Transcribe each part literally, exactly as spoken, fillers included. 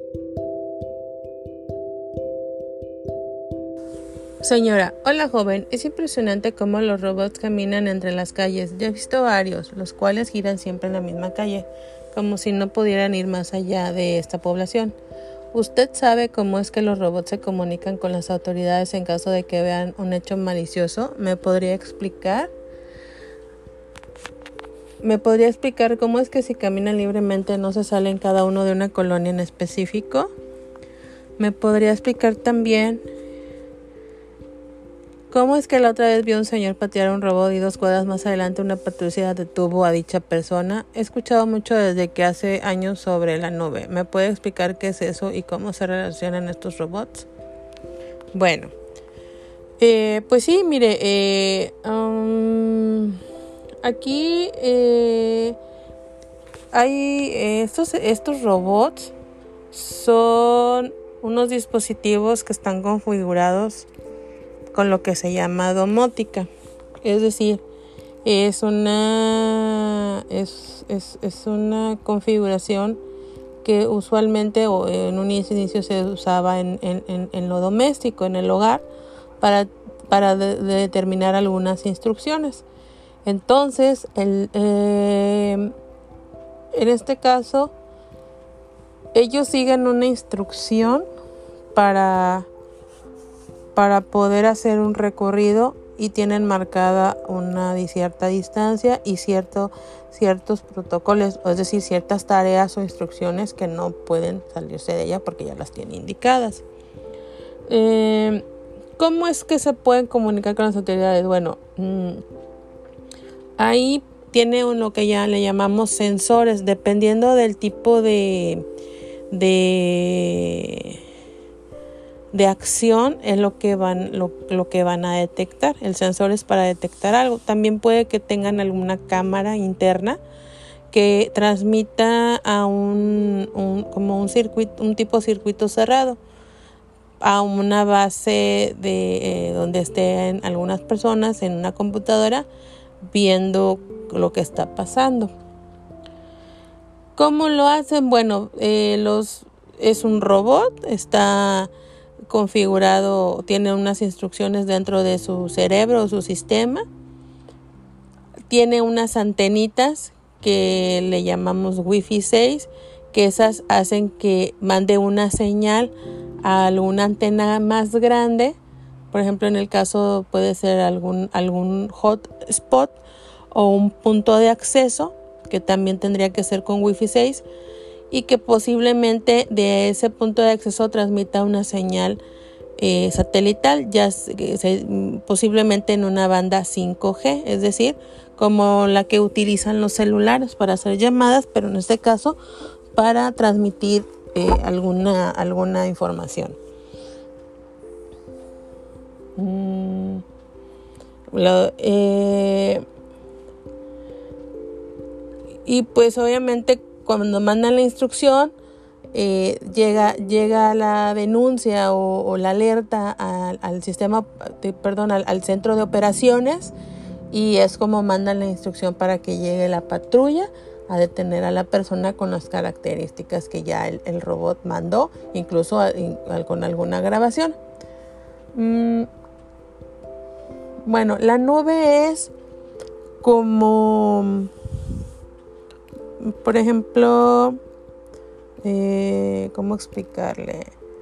Señora, hola joven, es impresionante cómo los robots caminan entre las calles. Ya he visto varios, los cuales giran siempre en la misma calle, como si no pudieran ir más allá de esta población. ¿Usted sabe cómo es que los robots se comunican con las autoridades en caso de que vean un hecho malicioso? ¿Me podría explicar? ¿Me podría explicar cómo es que si caminan libremente no se salen cada uno de una colonia en específico? ¿Me podría explicar también cómo es que la otra vez vio a un señor patear un robot y dos cuadras más adelante una patrulla detuvo a dicha persona? He escuchado mucho desde que hace años sobre la nube. ¿Me puede explicar qué es eso y cómo se relacionan estos robots? Bueno, eh, pues sí, mire, eh, um, aquí eh, hay eh, estos, estos robots son unos dispositivos que están configurados con lo que se llama domótica, es decir, es una es, es, es una configuración que usualmente o en un inicio se usaba en, en, en lo doméstico, en el hogar, para, para de, de determinar algunas instrucciones. Entonces, el, eh, en este caso, ellos siguen una instrucción para para poder hacer un recorrido y tienen marcada una cierta distancia y cierto, ciertos protocolos, es decir, ciertas tareas o instrucciones que no pueden salirse de ella porque ya las tienen indicadas. Eh, ¿Cómo es que se pueden comunicar con las autoridades? Bueno, mmm, ahí tiene lo que ya le llamamos sensores, dependiendo del tipo de... de de acción es lo que van lo, lo que van a detectar. El sensor es para detectar algo. También puede que tengan alguna cámara interna que transmita a un, un como un circuito, un tipo circuito cerrado a una base de eh, donde estén algunas personas en una computadora viendo lo que está pasando. ¿Cómo lo hacen? Bueno, eh, los es un robot, está configurado, tiene unas instrucciones dentro de su cerebro o su sistema, tiene unas antenitas que le llamamos Wi-Fi seis, que esas hacen que mande una señal a alguna antena más grande. Por ejemplo, en el caso puede ser algún, algún hotspot o un punto de acceso, que también tendría que ser con Wi-Fi seis, y que posiblemente de ese punto de acceso transmita una señal eh, satelital, ya se, se, posiblemente en una banda cinco G, es decir, como la que utilizan los celulares para hacer llamadas, pero en este caso para transmitir eh, alguna, alguna información. Mm, lo, eh, y pues obviamente cuando mandan la instrucción, eh, llega, llega la denuncia o, o la alerta al, al sistema, de, perdón, al, al centro de operaciones, y es como mandan la instrucción para que llegue la patrulla a detener a la persona con las características que ya el, el robot mandó, incluso a, a, con alguna grabación. Mm, bueno, la nube es como... Por ejemplo, eh, ¿cómo explicarle?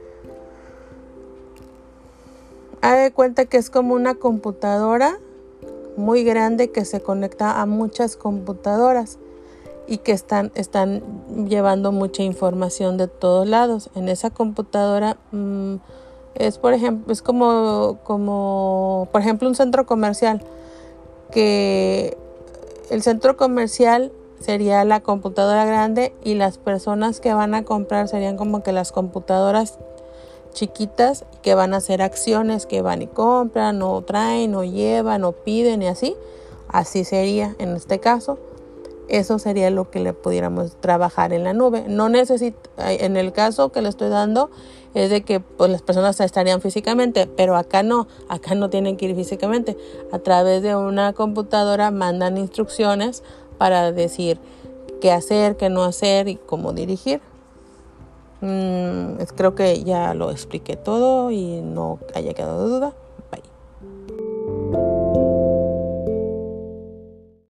Haga de cuenta que es como una computadora muy grande que se conecta a muchas computadoras y que están, están llevando mucha información de todos lados. En esa computadora mmm, es, por ejemplo, es como, como, por ejemplo, un centro comercial, que el centro comercial sería la computadora grande y las personas que van a comprar serían como que las computadoras chiquitas que van a hacer acciones, que van y compran o traen o llevan o piden y así. Así sería en este caso. Eso sería lo que le pudiéramos trabajar en la nube. No necesita, en el caso que le estoy dando es de que pues, las personas estarían físicamente, pero acá no, acá no tienen que ir físicamente. A través de una computadora mandan instrucciones para decir qué hacer, qué no hacer y cómo dirigir. Mm, creo que ya lo expliqué todo y no haya quedado duda.